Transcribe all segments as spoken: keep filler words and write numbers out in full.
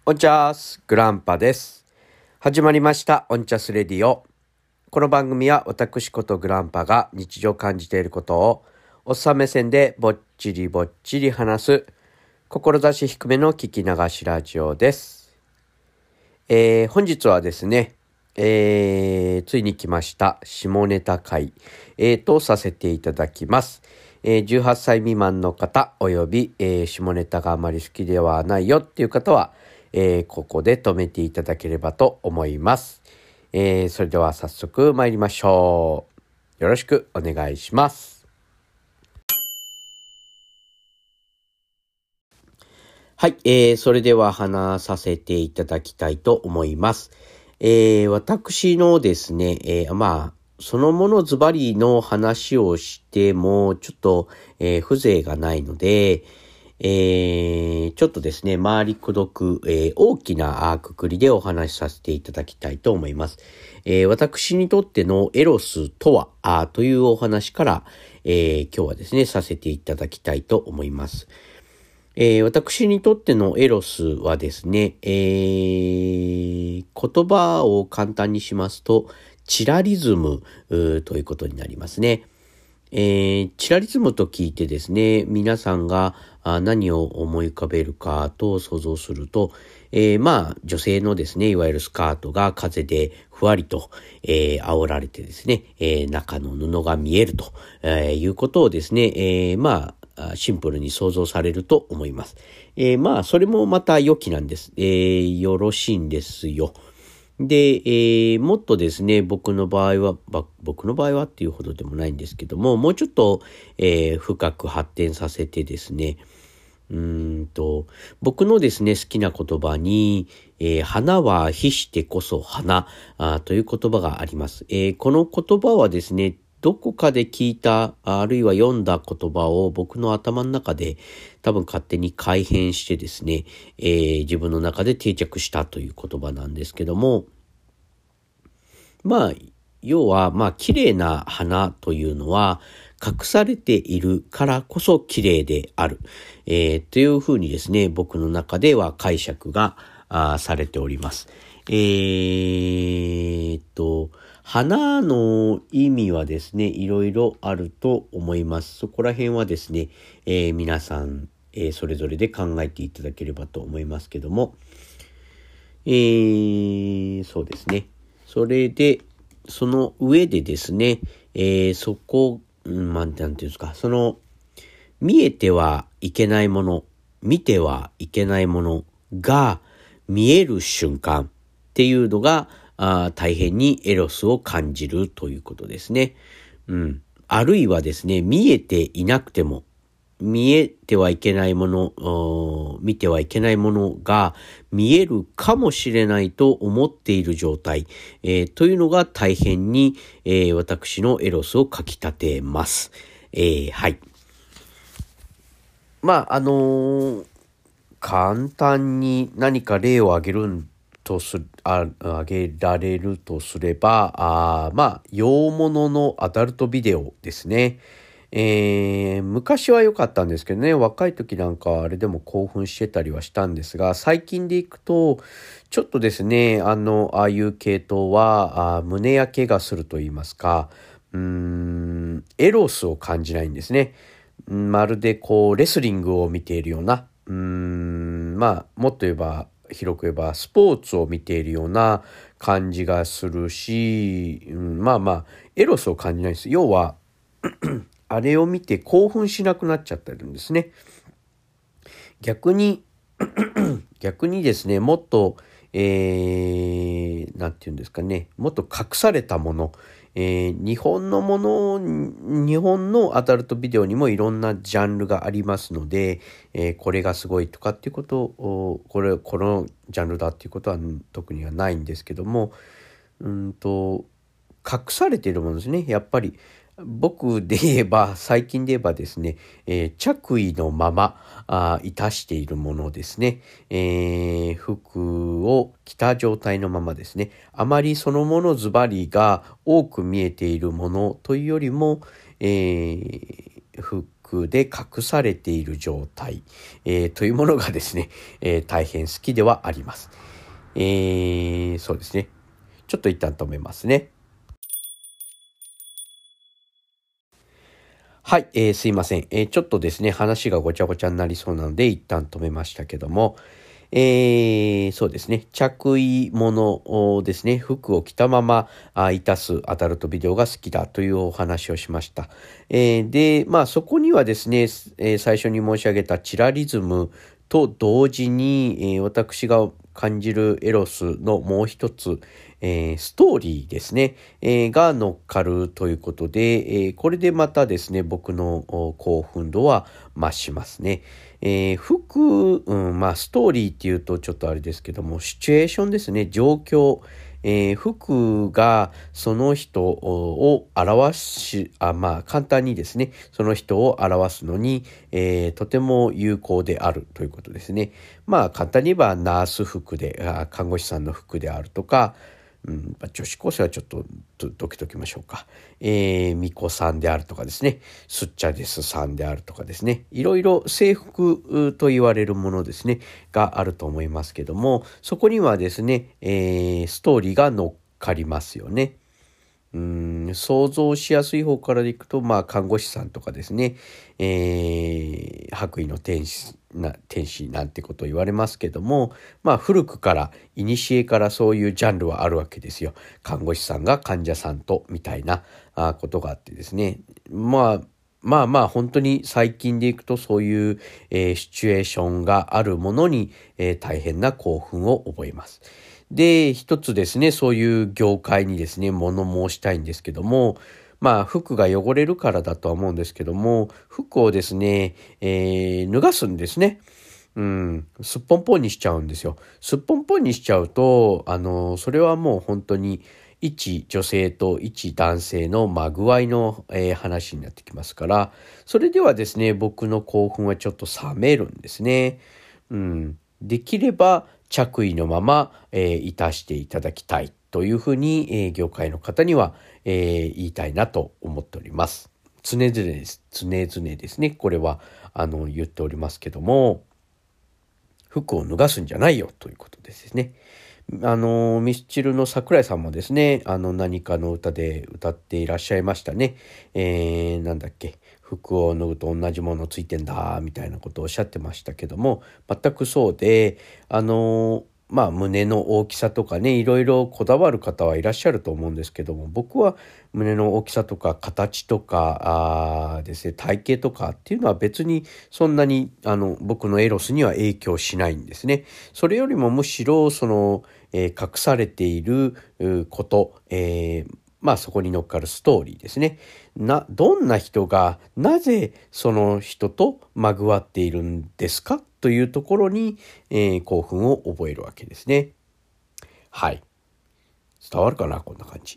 オンチャースグランパです。始まりましたオンチャスレディオ。この番組は私ことグランパが日常感じていることをおっさん目線でぼっちりぼっちり話す志低めの聞き流しラジオです。えー、本日はですね、えー、ついに来ました下ネタ会、えー、とさせていただきます。えー、じゅうはっさい未満の方および、えー、下ネタがあまり好きではないよっていう方はえー、ここで止めていただければと思います。えー、それでは早速参りましょう。よろしくお願いします。はい、えー、それでは話させていただきたいと思います。えー、私のですね、えー、まあ、そのものズバリの話をしてもちょっと、えー、風情がないので、えー、ちょっとですね、回りくどく、えー、大きなくくりでお話しさせていただきたいと思います。えー、私にとってのエロスとはあというお話から、えー、今日はですね、させていただきたいと思います。えー、私にとってのエロスはですね、えー、言葉を簡単にしますと、チラリズムということになりますね。えー、チラリズムと聞いてですね、皆さんが何を思い浮かべるかと想像すると、えー、まあ女性のですね、いわゆるスカートが風でふわりと、えー、煽られてですね、えー、中の布が見えると、えー、いうことをですね、えー、まあシンプルに想像されると思います。えー、まあそれもまた良きなんです。えー、よろしいんですよ。で、えー、もっとですね、僕の場合は、僕の場合はっていうほどでもないんですけども、もうちょっと、えー、深く発展させてですね、うーんと、僕のですね、好きな言葉に、えー、花は非してこそ花あという言葉があります。えー、この言葉はですね、どこかで聞いた、あるいは読んだ言葉を僕の頭の中で多分勝手に改変してですね、えー、自分の中で定着したという言葉なんですけども、まあ、要は、まあ、綺麗な花というのは隠されているからこそ綺麗である、えー、というふうにですね、僕の中では解釈があされております。えー、っと、花の意味はですね、いろいろあると思います。そこら辺はですね、えー、皆さん、えー、それぞれで考えていただければと思いますけども、えー、そうですね。それで、その上でですね、えー、そこ、うん、まあ、なんていうんですか、その、見えてはいけないもの、見てはいけないものが見える瞬間っていうのが、あ大変にエロスを感じるということですね。うん。あるいはですね、見えていなくても、見えてはいけないもの、見てはいけないものが見えるかもしれないと思っている状態、えー、というのが大変に、えー、私のエロスをかき立てます。えー、はい。まあ、あのー、簡単に何か例を挙げるとすあ挙げられるとすれば、あまあ、洋物のアダルトビデオですね。えー、昔は良かったんですけどね、若い時なんかはあれでも興奮してたりはしたんですが、最近でいくと、ちょっとですね、あの、ああいう系統は、あ胸やけがすると言いますか、うーん、エロスを感じないんですね。まるでこう、レスリングを見ているような、うーん、まあ、もっと言えば、広く言えば、スポーツを見ているような感じがするし、うん、まあまあ、エロスを感じないです。要は、あれを見て興奮しなくなっちゃってるんですね。逆に逆にですね、もっと、えー、なんて言うんですかね、もっと隠されたもの、えー、日本のもの、日本のアダルトビデオにもいろんなジャンルがありますので、えー、これがすごいとかっていうことを、これ、このジャンルだっていうことは特にはないんですけども、うんと、隠されているものですね。やっぱり僕で言えば、最近で言えばですね、えー、着衣のままあいたしているものですね、えー、服を着た状態のままですね、あまりそのものズバリが多く見えているものというよりも、えー、服クで隠されている状態、えー、というものがですね、えー、大変好きではあります。えー、そうですね。ちょっと一旦止めますね。はい、えー、すいません、えー。ちょっとですね、話がごちゃごちゃになりそうなので、一旦止めましたけども、えー、そうですね、着衣物ですね、服を着たままあいたすアダルトビデオが好きだというお話をしました。えー、で、まあそこにはですね、えー、最初に申し上げたチラリズムと同時に、えー、私が感じるエロスのもう一つ、えー、ストーリーですね、えー、が乗っかるということで、えー、これでまたですね、僕の興奮度は増しますね。えー、服、うん、まあストーリーっていうとちょっとあれですけども、シチュエーションですね、状況、えー、服がその人を表し、あ、まあ簡単にですね、その人を表すのに、えー、とても有効であるということですね。まあ簡単に言えばナース服で、あ、看護師さんの服であるとか、うん、女子高生はちょっとどけときましょうか。えー、巫女さんであるとかですね、スッチャデスさんであるとかですね、いろいろ制服と言われるものですね、があると思いますけども、そこにはですね、えー、ストーリーが乗っかりますよね。うーん、想像しやすい方からでいくと、まあ、看護師さんとかですね、えー、白衣の天使な、天使なんてことを言われますけども、まあ、古くから、古からそういうジャンルはあるわけですよ。看護師さんが患者さんと、みたいなあことがあってですね。まあ、まあまあ本当に最近でいくとそういう、えー、シチュエーションがあるものに、えー、大変な興奮を覚えます。で、一つですね、そういう業界にですね、物申したいんですけども、まあ服が汚れるからだとは思うんですけども、服をですね、えー、脱がすんですね。うん、すっぽんぽんにしちゃうんですよ。すっぽんぽんにしちゃうと、あの、それはもう本当に一女性と一男性のまあ具合の、えー話になってきますから、それではですね、僕の興奮はちょっと冷めるんですね。うん、できれば着衣のまま、えーいたしていただきたいというふうに、えー業界の方には、えー言いたいなと思っております。常々です。常々ですね。これは、あの、言っておりますけども、服を脱がすんじゃないよということですね。あの、ミスチルの桜井さんもですね、あの何かの歌で歌っていらっしゃいましたね。えー、なんだっけ、服を脱ぐと同じものついてんだ、みたいなことをおっしゃってましたけども、全くそうで、あの、まあ胸の大きさとかね、いろいろこだわる方はいらっしゃると思うんですけども、僕は胸の大きさとか形とかあですね、体型とかっていうのは別にそんなにあの僕のエロスには影響しないんですね。それよりもむしろその、えー隠されているうこと、えーまあそこに乗っかるストーリーですね。な、どんな人がなぜその人とまぐわっているんですかというところに、えー興奮を覚えるわけですね。はい。伝わるかな、こんな感じ。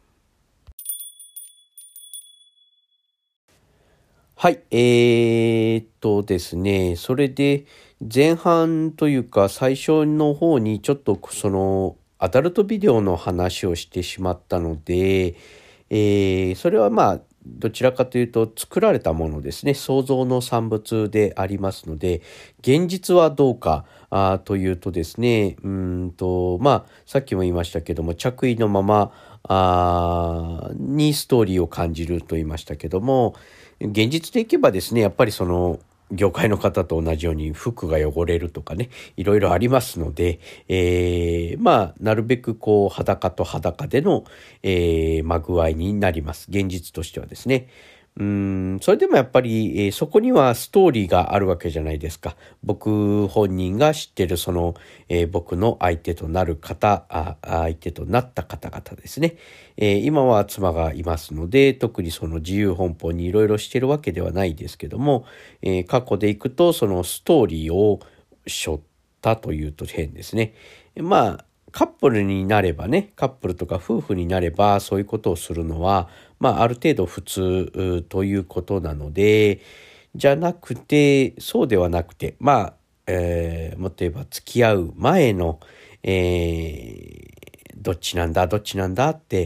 はい。えーっとですね。それで前半というか最初の方にちょっとそのアダルトビデオの話をしてしまったので、えーそれはまあどちらかというと作られたものですね。想像の産物でありますので、現実はどうかあーというとですね、うーんと、まあさっきも言いましたけども、着衣のままあーにストーリーを感じると言いましたけども、現実でいけばですね、やっぱりその業界の方と同じように服が汚れるとかね、いろいろありますので、えー、まあ、なるべくこう裸と裸での、えー、まぐわいになります。現実としてはですね。うーん、それでもやっぱり、えーそこにはストーリーがあるわけじゃないですか。僕本人が知ってるその、えー僕の相手となる方、あ、相手となった方々ですね。えー今は妻がいますので、特にその自由奔放にいろいろしてるわけではないですけども、えー過去でいくとそのストーリーを背負ったというと変ですね。まあ、カップルになればね、カップルとか夫婦になればそういうことをするのは、まあある程度普通うということなので、じゃなくて、そうではなくて、まあ、えーもっと言えば付き合う前の、えーどっちなんだ、どっちなんだって、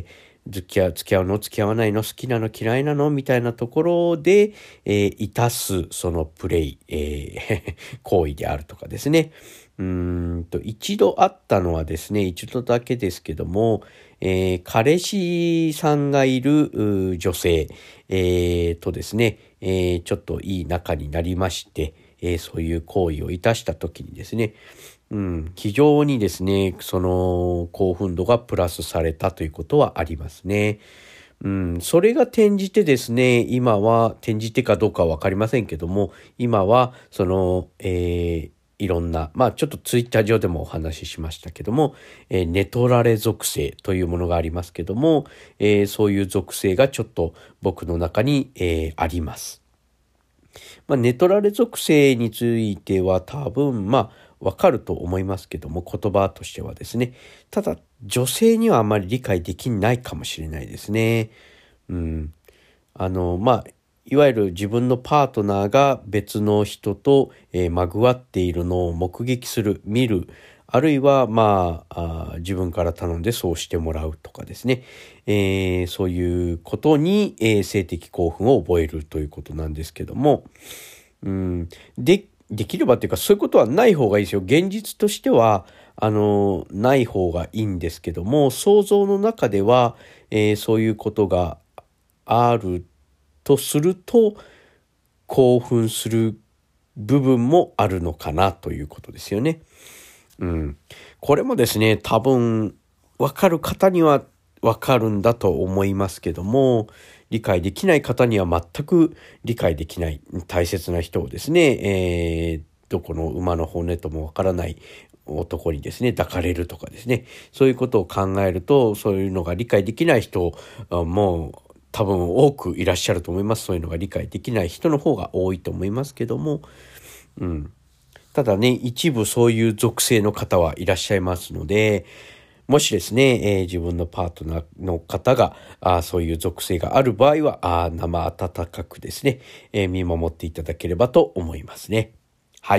付き合う、付き合うの、付き合わないの、好きなの、嫌いなのみたいなところで、えー、いたす、そのプレイ、えー、行為であるとかですね。うーんと、一度あったのはですね、一度だけですけども、えー、彼氏さんがいる女性、えー、とですね、えー、ちょっといい仲になりまして、えー、そういう行為をいたしたときにですね、うん、非常にですね、その興奮度がプラスされたということはありますね。うん、それが転じてですね、今は、転じてかどうかはわかりませんけども、今は、その、えー、いろんな、まあちょっとツイッター上でもお話ししましたけども、えー、ネトラレ属性というものがありますけども、えー、そういう属性がちょっと僕の中に、えー、あります。まあ、ネトラレ属性については多分、まあ、わかると思いますけども、言葉としてはですね。ただ、女性にはあまり理解できないかもしれないですね。うん。あの、まあ、いわゆる自分のパートナーが別の人と、えー、まぐわっているのを目撃する、見る、あるいは、まあ、あ自分から頼んでそうしてもらうとかですね。えー、そういうことに、えー、性的興奮を覚えるということなんですけども、うん、で、できればっていうか、そういうことはない方がいいですよ。現実としては、あの、ない方がいいんですけども、想像の中では、えー、そういうことがあるとすると、興奮する部分もあるのかなということですよね。うん。これもですね、多分、わかる方にはわかるんだと思いますけども、理解できない方には全く理解できない大切な人をですね、えー、どこの馬の骨ともわからない男にですね、抱かれるとかですね、そういうことを考えると、そういうのが理解できない人も多分多くいらっしゃると思います。そういうのが理解できない人の方が多いと思いますけども、うん。ただね、一部そういう属性の方はいらっしゃいますので、もしですね、えー、自分のパートナーの方があそういう属性がある場合は、あ生温かくですね、えー、見守っていただければと思いますね。はい。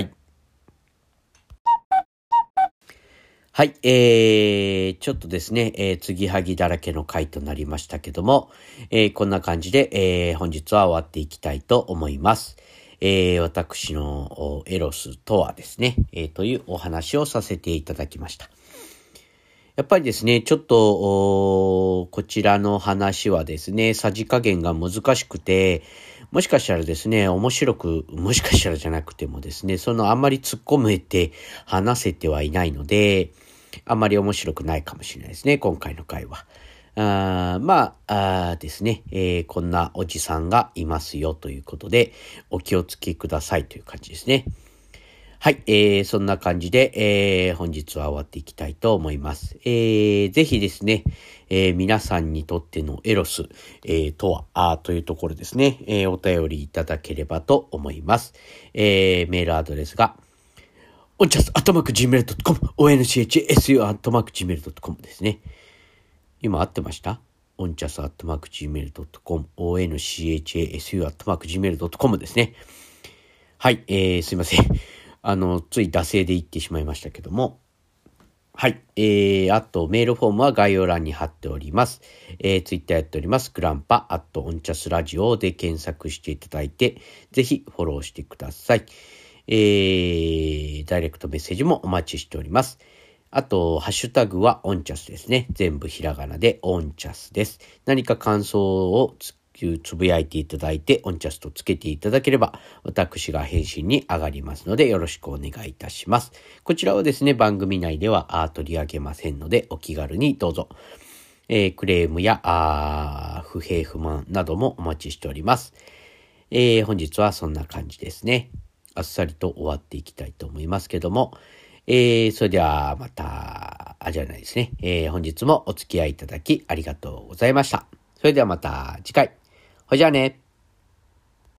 はい、えー、ちょっとですね、えー、継ぎはぎだらけの回となりましたけども、えー、こんな感じで、えー、本日は終わっていきたいと思います。えー、私のエロスとはですね、えー、というお話をさせていただきました。やっぱりですね、ちょっと、こちらの話はですね、さじ加減が難しくて、もしかしたらですね、面白く、もしかしたらじゃなくてもですね、そのあんまり突っ込めて話せてはいないので、あんまり面白くないかもしれないですね、今回の回は。あまああですね、えー、こんなおじさんがいますよということで、お気をつけくださいという感じですね。はい、えー、そんな感じで、えー、本日は終わっていきたいと思います。えー、ぜひですね、えー、皆さんにとってのエロス、えー、とは、あというところですね、えー、お便りいただければと思います。えー、メールアドレスが、オンチャスアットマークジーメールドットコム、オンチャス アットマークジーメールドットコム ですね。今合ってました？オンチャスアットマークジーメールドットコム、オンチャス アットマークジーメールドットコム ですね。はい、えー、すいません。あの、つい惰性で言ってしまいましたけども。はい。えー、あと、メールフォームは概要欄に貼っております。えー、ツイッターやっております。グランパ、アットオンチャスラジオで検索していただいて、ぜひフォローしてください。えー、ダイレクトメッセージもお待ちしております。あと、ハッシュタグはオンチャスですね。全部ひらがなでオンチャスです。何か感想をつつぶやいていただいて、オンチャスとつけていただければ、私が返信に上がりますので、よろしくお願いいたします。こちらはですね、番組内では取り上げませんので、お気軽にどうぞ。えー、クレームやあ不平不満などもお待ちしております。えー、本日はそんな感じですね。あっさりと終わっていきたいと思いますけども、えー、それではまた、あ、じゃないですね。えー、本日もお付き合いいただきありがとうございました。それではまた次回。ほいじゃあね。